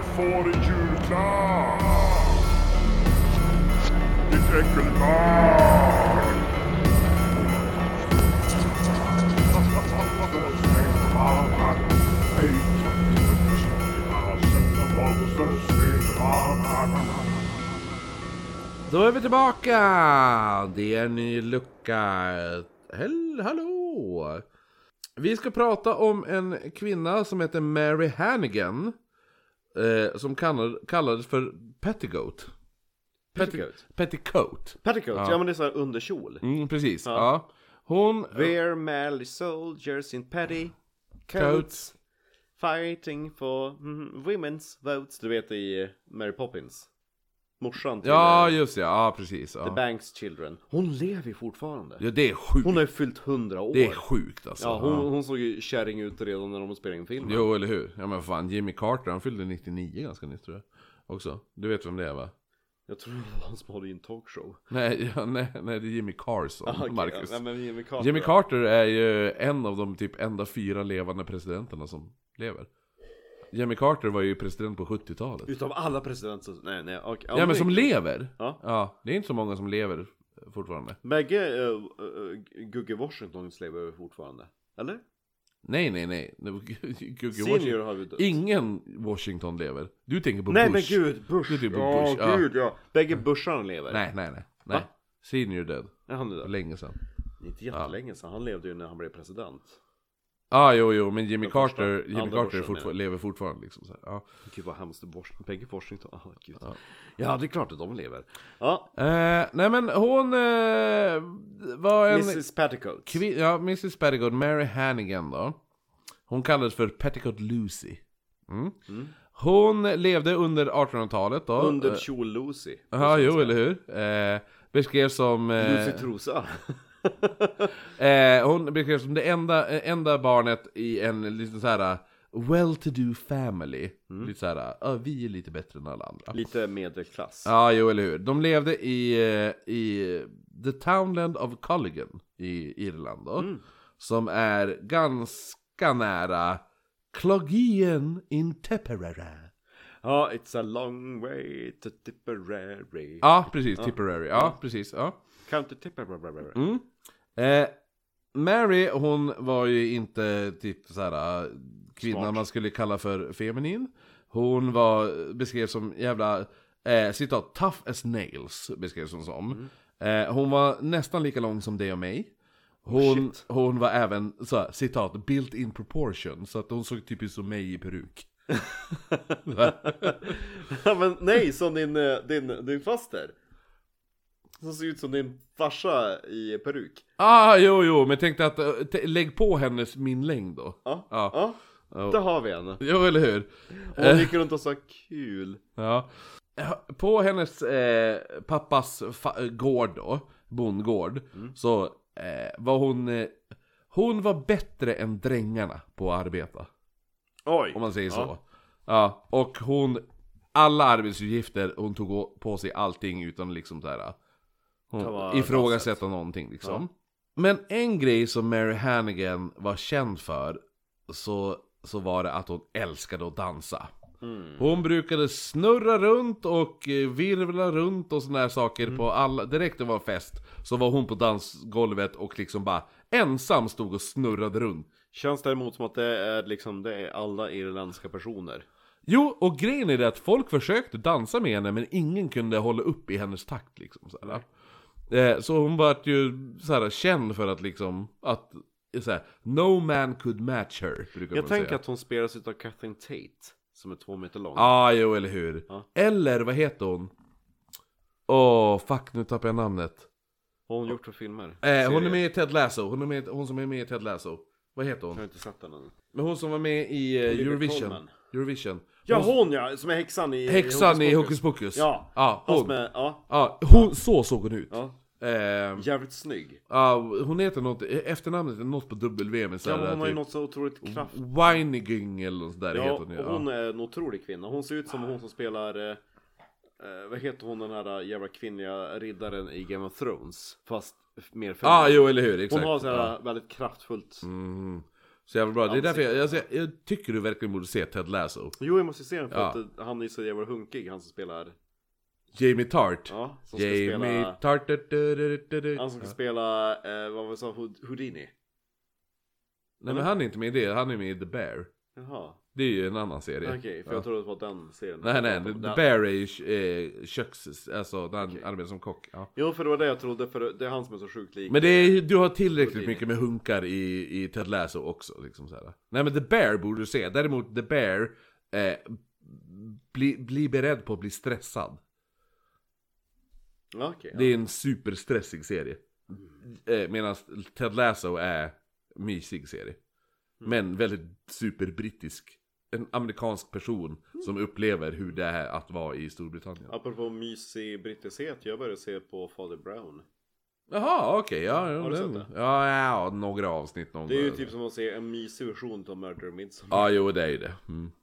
får en julklapp. Ditt äckelbarn. Då är vi tillbaka. Det är en ny lucka. Hallå. Vi ska prata om en kvinna som heter Mary Hannigan. Som kallades för Petticoat. Petticoat. Ja, men det är så här underkjol. Precis, ja. Hon... We're merely soldiers in petticoats, fighting for women's votes. Du vet i Mary Poppins. Morsan till just det, ja precis. Ja. The Banks Children. Hon lever ju fortfarande. Ja, det är sjukt. Hon har ju fyllt 100 år. Det är sjukt alltså. Ja, hon såg ju kärring ut redan när de spelade in filmen. Jo, eller hur? Ja men fan, Jimmy Carter, han fyllde 99 ganska nytt tror jag. Också. Du vet vem det är, va? Jag tror det var han som hade en talkshow. Nej, det är Jimmy Carson, Marcus. Ja, men Jimmy Carter är ju en av de typ enda 4 levande presidenterna som lever. Jimmy Carter var ju president på 70-talet. Utav alla presidenter. Nej, okay. Ja, men som lever. Ja. Det är inte så många som lever fortfarande. Bägge Gugge Washington lever fortfarde. Eller? Nej. Gugge Washington. Ingen Washington lever. Du tänker på nej, Bush. Nej, men gud, Bush. Du tänker på Bush. Gud, ja. Bägge Busharna lever. Nej. Senior död. Ja, han är död. Länge sedan. Inte jättelänge sedan. Han levde ju när han blev president. Jo, men Jimmy Carter lever fortfarande liksom så här. Ja. Gud vad hemskt, Peggy Washington. Gud. Ja, det är klart att de lever. Ja. Nej men hon var en Mrs. Petticoat. Mrs. Petticoat, Mary Hannigan då. Hon kallades för Petticoat Lucy. Hon levde under 1800-talet då. Under kjol Lucy. Ja, jo, eller hur? Beskrevs som Lucy Trosa. Hon beskrevs som det enda barnet i en lite så här well-to-do family. Lite så här, vi är lite bättre än alla andra. Lite medelklass. Ja, jo, eller hur. De levde i the townland of Culligan i Irland då. Som är ganska nära Clogien in Tipperary. Ja, it's a long way to Tipperary. Ja, precis, Tipperary. Ja, precis, ja. County Tipperary. Mary, hon var ju inte typ såhär kvinna Smart. Man skulle kalla för feminin. Hon beskrevs som jävla citat, tough as nails beskrevs hon som. Hon var nästan lika lång som dig och mig. Hon var även så citat, built in proportion, så att hon såg typiskt som mig i peruk. Ja, men nej, som din faster. Som ser ut som din farsa i peruk. Jo, men tänkte att lägg på hennes min längd då. Ja. Där har vi henne. Jo, eller hur? Hon gick runt och sa kul. Ja. På hennes pappas gård då, bondgård, så var hon var bättre än drängarna på att arbeta. Oj. Om man säger så. Ja, och alla arbetsuppgifter, hon tog på sig allting utan liksom så här ifrågasätta någonting liksom. Ja. Men en grej som Mary Hannigan var känd för, så var det att hon älskade att dansa. Hon brukade snurra runt och virvla runt och såna här saker på alla. Direkt det var fest så var hon på dansgolvet och liksom bara ensam stod och snurrade runt. Känns däremot som att det är alla irländska personer. Jo, och grejen är det att folk försökte dansa med henne, men ingen kunde hålla upp i hennes takt liksom, så hon var ju såhär känd för att liksom att såhär, no man could match her, brukar jag man tänker säga. Att hon spelas av Catherine Tate, som är 2 meter lång. Jo, eller hur? Eller vad heter hon? Fuck, nu tappar jag namnet. Vad har hon gjort för filmer? Hon är med i Ted Lasso. Hon som är med i Ted Lasso. Vad heter hon? Jag har inte sett den än. Men hon som var med i Eurovision. Ja, hon som är häxan i Hokus Pokus. Ja, hon så såg hon ut. Ja. Jävligt snygg. Hon heter något, efternamnet är något på W, men så hon har ju något så otroligt kraft. Weiniging eller något där heter hon. Och hon är en otrolig kvinna. Hon ser ut som hon som spelar vad heter hon, den här jävla kvinnliga riddaren i Game of Thrones, fast mer jo, eller hur, exakt. Hon har så här väldigt kraftfullt. Så jävla bra. Det är därför jag tycker du verkligen borde se Ted Lasso. Jo, jag måste se den för att han är så jävla hunkig, han som spelar Jamie Tart. Ja, som Jamie ska Tart. spela han som ska spela, vad var det så, Houdini. Nej, men han är inte med i det, han är med i The Bear. Jaha. Det är ju en annan serie. Okej, för jag trodde det var den serien. Nej, The Bear är ju köks, alltså där han arbetar som kock. Ja. Jo, för det var det jag trodde, för det är han som är så sjukt lik. Men du har tillräckligt mycket med hunkar i Ted Lasso också liksom så här. Nej, men The Bear borde du se. Däremot The Bear, bli beredd på att bli stressad. Okay, det är en superstressig serie. Medan Ted Lasso är mysig serie. Men väldigt superbrittisk. En amerikansk person som upplever hur det är att vara i Storbritannien. Apropå mysig brittiskhet, jag började se på Father Brown. Jaha, okej. Har du sett det? Ja, några avsnitt. Det är ju typ som att se en mysig version av Murder Midsommar. Ja, jo, det är ju det.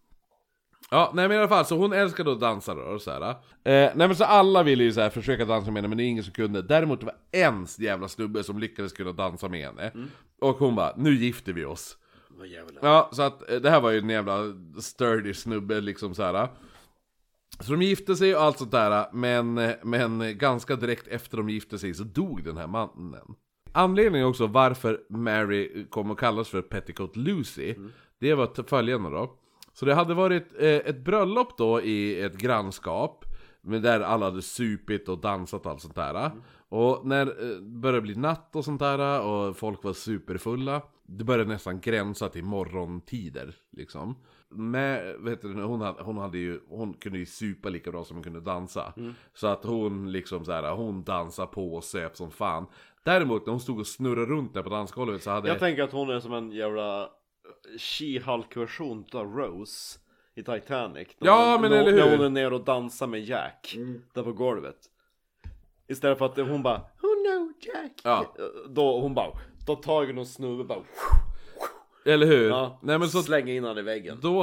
Ja, nej men i alla fall, så hon älskar då att dansa då, och så här. Nej men så alla ville ju så här försöka dansa med henne, men det är ingen som kunde. Däremot det var en jävla snubbe som lyckades kunna dansa med henne. Och hon bara, nu gifter vi oss. Ja, så att det här var ju en jävla sturdy snubbe liksom så här. Så de gifte sig och allt sånt där, men ganska direkt efter de gifte sig så dog den här mannen. Anledningen också varför Mary kom att kallas för Petticoat Lucy, det var följande då. Så det hade varit ett bröllop då i ett grannskap, men där alla hade supit och dansat och allt sånt där. Och när det började bli natt och sånt där och folk var superfulla, det började nästan gränsa till morgontider liksom. Men vet du, hon kunde ju supa lika bra som hon kunde dansa. Så att hon liksom så här, hon dansade på och söp som fan. Däremot när hon stod och snurrade runt där på dansgolvet så hade jag tänker att hon är som en jävla She-Hulk-version av Rose i Titanic. Men eller hur? När hon är ner och dansar med Jack där på golvet. Istället för att hon bara, oh no Jack. Ja. Då tar någon snubbe bara. Eller hur? Ja, nej, men så slänger in han i väggen. Då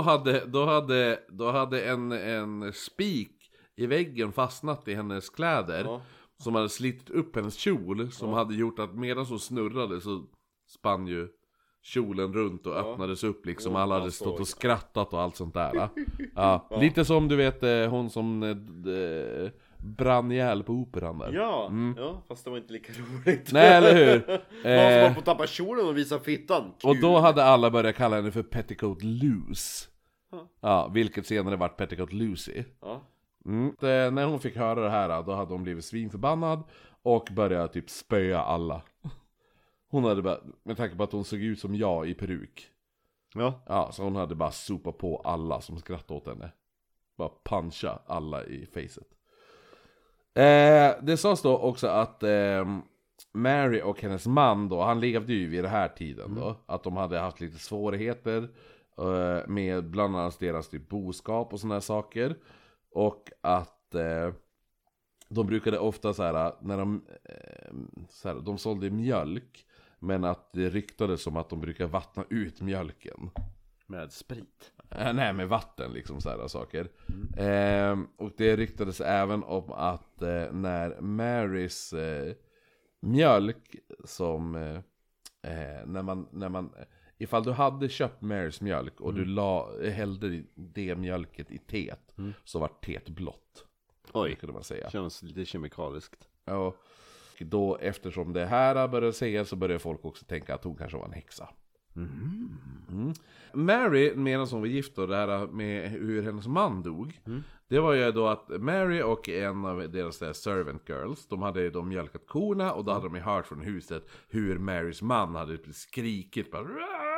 hade en spik i väggen fastnat i hennes kläder, som hade slitit upp hennes kjol, som hade gjort att medan hon snurrade så spann ju kjolen runt och öppnades upp liksom. Alla hade stått och skrattat och allt sånt där. Ja. Lite som du vet hon som brann ihjäl på operan där. Ja, fast det var inte lika roligt. Nej, eller hur? Någon som var på att tappa kjolen och visa fittan. Kul. Och då hade alla börjat kalla henne för Petticoat Loose. Ja, vilket senare vart Petticoat Lucy. När hon fick höra det här, då hade hon blivit svinförbannad och började typ spöa alla. Hon hade bara, med tanke på att hon såg ut som jag i peruk. Ja, så hon hade bara sopat på alla som skrattade åt henne. Bara puncha alla i facet. Det sades då också att Mary och hennes man då, han levde ju vid den här tiden då, att de hade haft lite svårigheter med bland annat deras typ boskap och såna här saker. Och att de brukade ofta så här, när de sålde mjölk, men att det ryktades som att de brukar vattna ut mjölken med sprit. Nej, med vatten liksom så här saker. Och det ryktades även om att när Marys mjölk som när man ifall du hade köpt Marys mjölk och du hällde det mjölket i teet, så var teet blått. Oj, kunde man säga. Känns lite kemikaliskt. Ja. Och då, eftersom det här började sägas, så började folk också tänka att hon kanske var en häxa. Mary, medan hon var gift och det här med hur hennes man dog, det var ju då att Mary och en av deras servant girls, de hade då mjölkat korna, och då hade de ju hört från huset hur Marys man hade skrikit bara,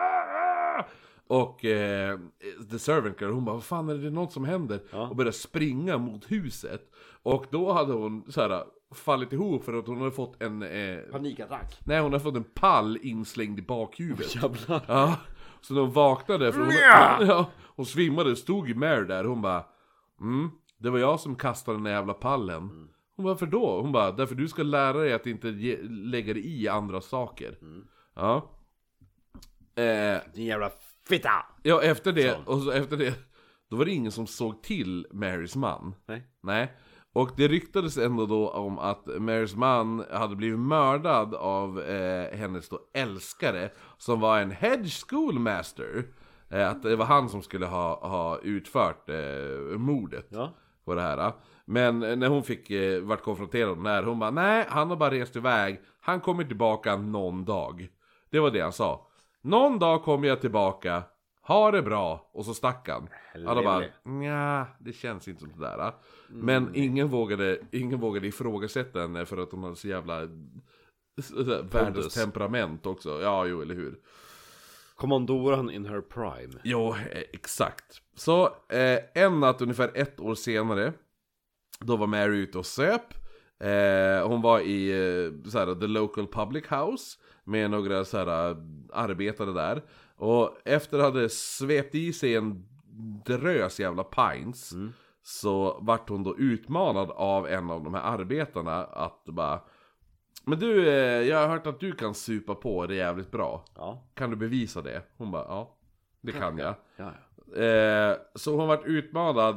och the servant girl, hon bara, vad fan är det något som händer? Och började springa mot huset. Och då hade hon så här fallit ihop för att hon hade fått en panikattack. Nej, hon hade fått en pall indslängd i bakhuvudet. Jävlar. Ja. Så de vaknade för hon svimmade, stod i Mary där. Hon bara, det var jag som kastade den där jävla pallen. Hon bara, varför då? Hon bara, därför du ska lära dig att inte lägga dig i andra saker. Ja. Din jävla fitta. Ja, efter det, och så efter det, då var det ingen som såg till Marys man. Nej. Och det ryktades ändå då om att Marys man hade blivit mördad av hennes då älskare, som var en hedge schoolmaster. Att det var han som skulle ha utfört mordet på det här. Men när hon fick vart konfronterad med den här, hon bara, nej, han har bara rest iväg. Han kommer tillbaka någon dag. Det var det han sa. Någon dag kommer jag tillbaka. Ha det bra. Och så stack han. Alla bara, nja, det känns inte som det där. Men ingen vågade ifrågasätta henne för att hon hade så jävla världens temperament också. Ja, jo, eller hur. Kommandoran in her prime. Jo, exakt. Så en natt ungefär 1 år senare, då var Mary ute och söp. Hon var i såhär, the local public house med några såhär, arbetare där. Och efter att hade svept i sig en drös jävla pints, så vart hon då utmanad av en av de här arbetarna att bara, men du, jag har hört att du kan supa på det jävligt bra. Kan du bevisa det? Hon bara, ja, det kan jag. Så hon vart utmanad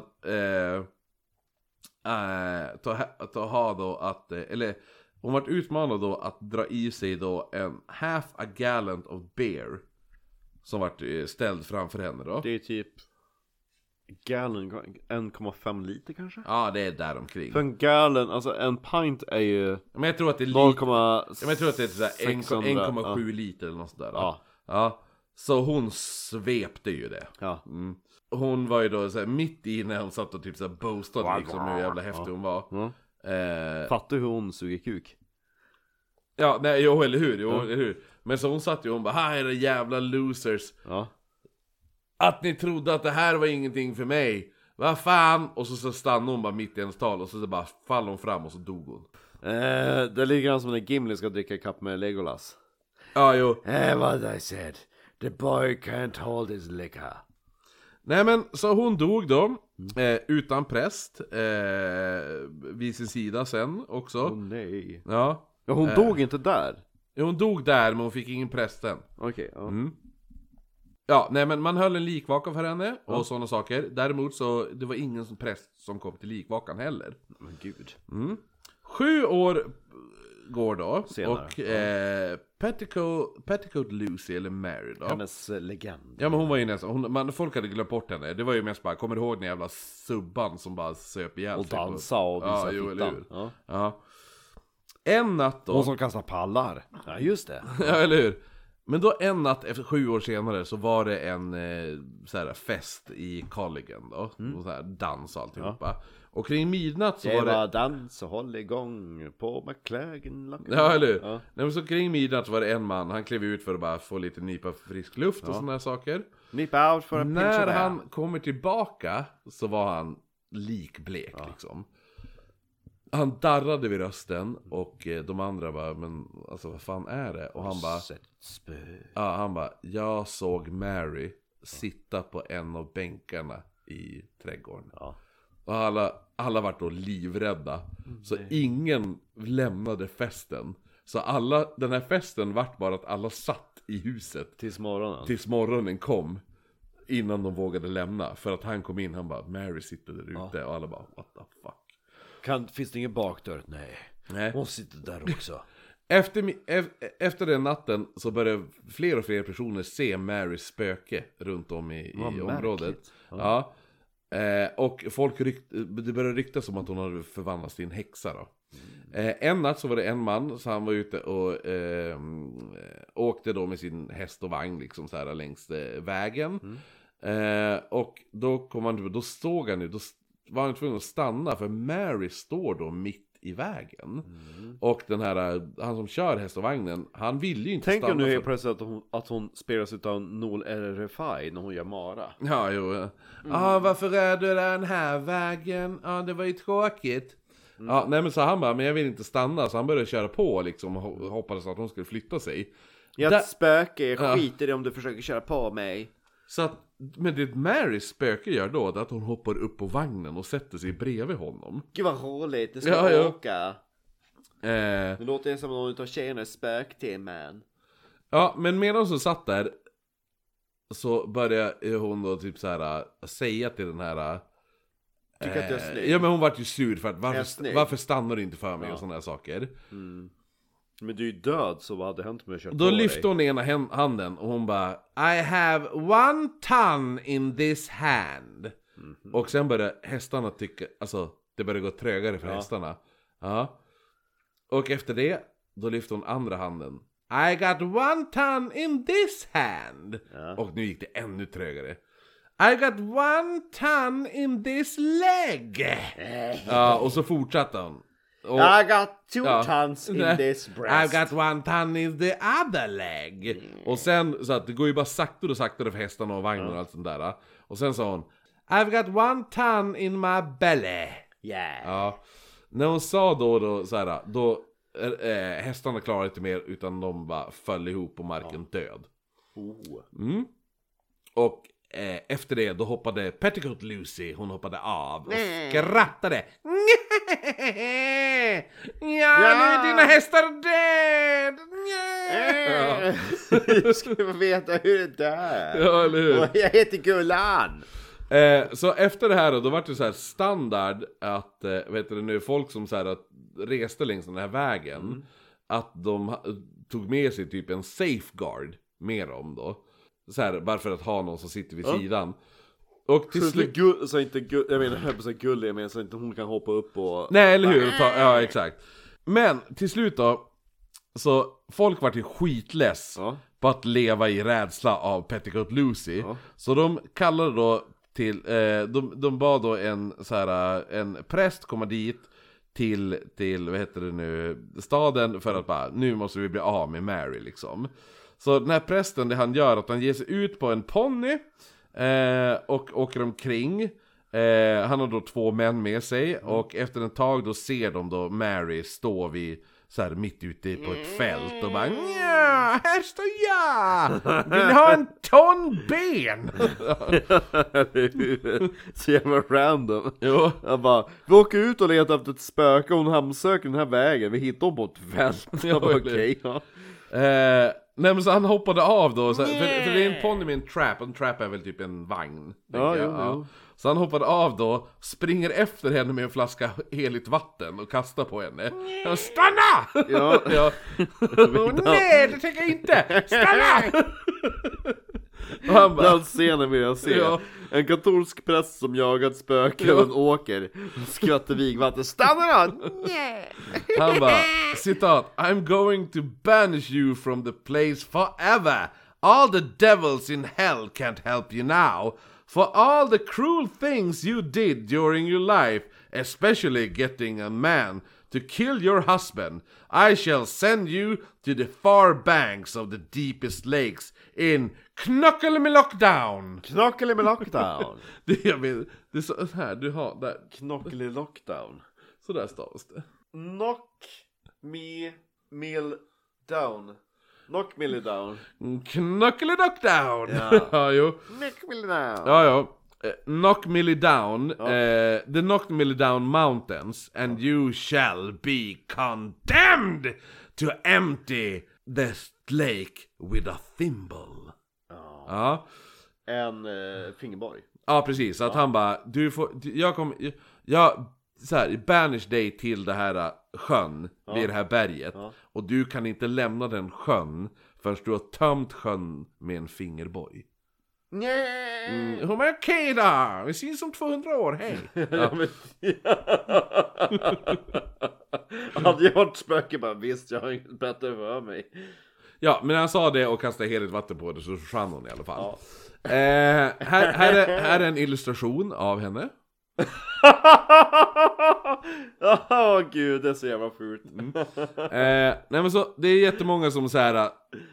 hon vart utmanad då att dra i sig då en half a gallon of beer som vart ställd framför henne då. Det är typ gallon, 1,5 liter kanske? Ja, det är där omkring. För en gallon, alltså en pint är ju... Men jag tror att det är 1,7 liter eller något sådär. Ja. Så hon svepte ju det. Hon var ju då såhär, mitt i när hon satt och typ såhär boastade liksom hur jävla häftig hon var. Fattar hur hon suger kuk. Ja, nej, jo, eller hur. Men så hon satt ju och hon bara, här är det jävla losers. Att ni trodde att det här var ingenting för mig. Vad fan? Och så stannade hon bara mitt i hennes tal. Och så bara fall hon fram och så dog hon. Det är lika som när Gimli ska dricka kapp med Legolas. Ja, jo. What I said. The boy can't hold his liquor. Nej, men så hon dog då. Utan präst. Vid sin sida sen också. Nej. Ja. Hon dog inte där. Hon dog där, men hon fick ingen prästen. Okej. Ja, nej, men man höll en likvaka för henne och sådana saker. Däremot så, det var ingen som präst som kom till likvakan heller. Men gud. 7 år går då. Senare. Och Petticoat Lucy, eller Mary då. Hennes legend. Ja, men hon var ju nästan, folk hade glömt bort henne. Det var ju mest bara, kommer du ihåg den jävla subban som bara söp ihjäl och sig dansa och visa fittan? Eller hur? Ja. En natt då. Hon som kastar pallar. Ja, just det. Ja, eller hur? Men då en natt efter 7 år senare så var det en så här fest i Colligan då. Och så här dans och alltihopa. Och kring midnatt så var det... dans och håll igång på McLagan. Ja, eller hur? Nej, men så kring midnatt så var det en man. Han klev ut för att bara få lite nypa frisk luft och sådana här saker. Nypa out för att när han kommer tillbaka så var han likblek liksom. Han darrade vid rösten och de andra bara, men alltså vad fan är det? Och han bara, jag såg Mary sitta på en av bänkarna i trädgården. Och alla vart då livrädda. Så ingen lämnade festen. Så den här festen vart bara att alla satt i huset tills morgonen kom. Innan de vågade lämna. För att han kom in, han bara, Mary sitter där ute. Och alla bara, what the fuck. Finns det ingen bakdörr? Nej. Hon sitter där också. Efter den natten så började fler och fler personer se Marys spöke runt om i området. Ja. Och det började ryktas om att hon hade förvandlats till en häxa då. En natt så var det en man, så han var ute och åkte då med sin häst och vagn liksom så här längs vägen. Och då stod han ju, då var han tvungen att stanna för Mary står då mitt i vägen. Och den här, han som kör häst och vagnen, han vill ju inte stanna. Tänk nu är plötsligt att hon spelas utav Noel RFI när hon gör Mara. Ja, jo. Varför är du den här vägen? Det var ju tråkigt. Ja, nej, men så han bara, men jag vill inte stanna. Så han började köra på liksom och hoppades att hon skulle flytta sig. Jag är ett spöke, jag skiter i om du försöker köra på mig. Så att, men det Marys spöke gör då, det är att hon hoppar upp på vagnen och sätter sig bredvid honom. Gud vad roligt, det ska åka. Det låter som någon utav tjejerna spöktimmen. Ja, men medan hon satt där så började hon då typ så här säga till den här Tycker att jag är snygg. Ja, men hon var ju sur för att varför stannar du inte för mig och sådana här saker. Men du är ju död, så vad hade hänt med att köra Då lyfte hon ena handen och hon bara I have 1 ton in this hand. Och sen började hästarna tycka, alltså det började gå trögare för hästarna. Ja. Och efter det, då lyfte hon andra handen. I got 1 ton in this hand. Och nu gick det ännu trögare. I got 1 ton in this leg. Ja, och så fortsatte hon. Och, I got 2 tons in this breast. I got 1 ton in the other leg. Och sen, så att det går ju bara saktare och saktare för hästarna och vagnen och allt sånt där. Och sen sa hon I've got 1 ton in my belly. Ja. När hon sa då så här, då hästarna klarade inte mer utan de bara föll ihop på marken död. Och efter det då hoppade Petticoat Lucy, hon hoppade av och skrattade. Ja, nu är dina hästar död. Jag skulle veta hur det där. Ja, eller hur? Jag heter Gullan. Så efter det här då var det så här standard att vet du nu, folk som så här att reste längs den här vägen att de tog med sig typ en safeguard med dem då. Så här, bara för att ha någon som sitter vid sidan. Och till slut så inte jag menar så gullig, men så inte hon kan hoppa upp och nej, eller hur? Ja, exakt. Men till slut då, så folk var till skitless på att leva i rädsla av Petticoat Lucy. Så de kallade då till de bad då en präst komma dit till vad heter det nu, staden, för att bara nu måste vi bli av med Mary liksom. Så den här prästen, det han gör att han ger sig ut på en ponny och åker omkring. Han har då 2 män med sig och efter en tag då ser de då Mary stå vid så här mitt ute på ett fält och bara ja, här står jag. Vill ha en ton ben. Så jävla random. Jo. Jag bara, vi åker ut och letar efter ett spöke och hon hamnsöker den här vägen. Vi hittar hon på ett fält. Jag bara, okej. Nej, men så han hoppade av då så, för det är en ponny med en trap är väl typ en vagn. Ja. Så han hoppade av då, springer efter henne med en flaska heligt vatten och kastar på henne. Han stanna! Ja. Nej, det tänker jag inte! Stanna! Och han bara, den scenen vill jag se. En katolsk präst som jagat spöken och åker skrattar vigvatten. Stanna då! Han bara, citat, I'm going to banish you from the place forever. All the devils in hell can't help you now. For all the cruel things you did during your life, especially getting a man to kill your husband, I shall send you to the far banks of the deepest lakes in Knockelimelockdown. Knockelimelockdown. Det är så här, du har där. Knockelilockdown. Så där stavas det. Knock me down. Knock me down. Knockelidockdown. Ja, jo. Knock me down. Ja. Knock Millie down, the Knock Millie down mountains, and you shall be condemned to empty the lake with a thimble. Ja. En fingerborg. Ja, precis. Så att han bara, jag så här, banish dig till det här sjön vid det här berget. Och du kan inte lämna den sjön förrän du har tömt sjön med en fingerborg. Nej. Hon är okej då. Vi ses om 200 år, hej. Hade jag varit spöke bara, visst, jag har inget bättre för mig. Ja, men han sa det och kastade heligt vatten på det, så försvann hon i alla fall. Här är en illustration av henne. Gud, det är så jävla fult. Nej, men så, det är jättemånga som så här,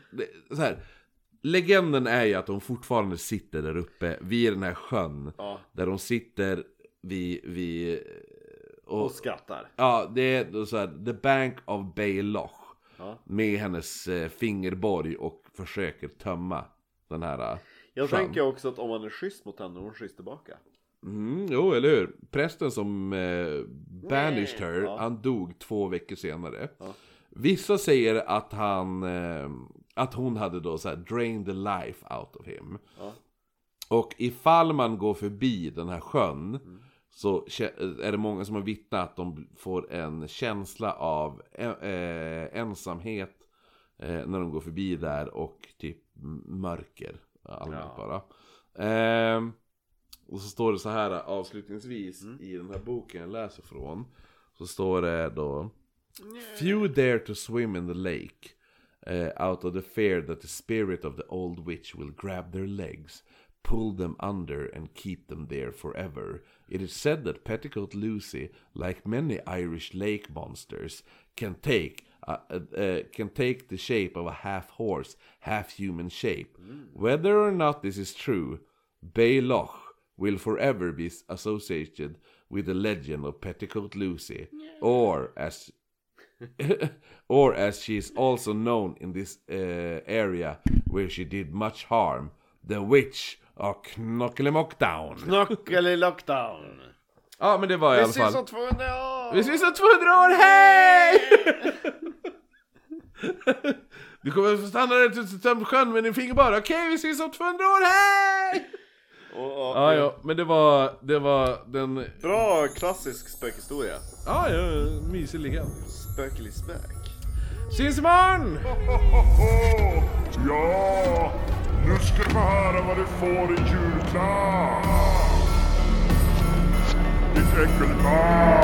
legenden är ju att de fortfarande sitter där uppe vid den här sjön. Där de sitter vid och skrattar. Ja, det är så här, the bank of Bayloch. Med hennes fingerborg och försöker tömma den här jag sjön. Tänker också att om man är schysst mot henne, hon är schysst tillbaka. Jo, eller hur? Prästen som banished her, han dog 2 veckor senare. Vissa säger att att hon hade då så här drained the life out of him. Och ifall man går förbi den här sjön så är det många som har vittnat att de får en känsla av ensamhet när de går förbi där och typ mörker allmänt bara. Och så står det så här avslutningsvis i den här boken jag läser från, så står det då: Few dare to swim in the lake out of the fear that the spirit of the old witch will grab their legs, pull them under and keep them there forever. It is said that Petticoat Lucy, like many Irish lake monsters, can take the shape of a half horse, half human shape. Whether or not this is true, Bayloch will forever be associated with the legend of Petticoat Lucy, or as she is also known in this area where she did much harm, the witch of Knockelemockdown. Knockelemockdown. Ja, men det var i alla fall. Vi ses om 200 år! Vi ses om 200 år, hej! Du kommer att få stanna där till sjön med din finger bara. Okej, vi ses om 200 år, hej! Ja, men det var den... Bra klassisk spökhistoria. Ja, myseligen. Spökelig spök. Ses imorgon! Ja, nu ska du få höra vad du får i julklapp. Ditt äckelbarn.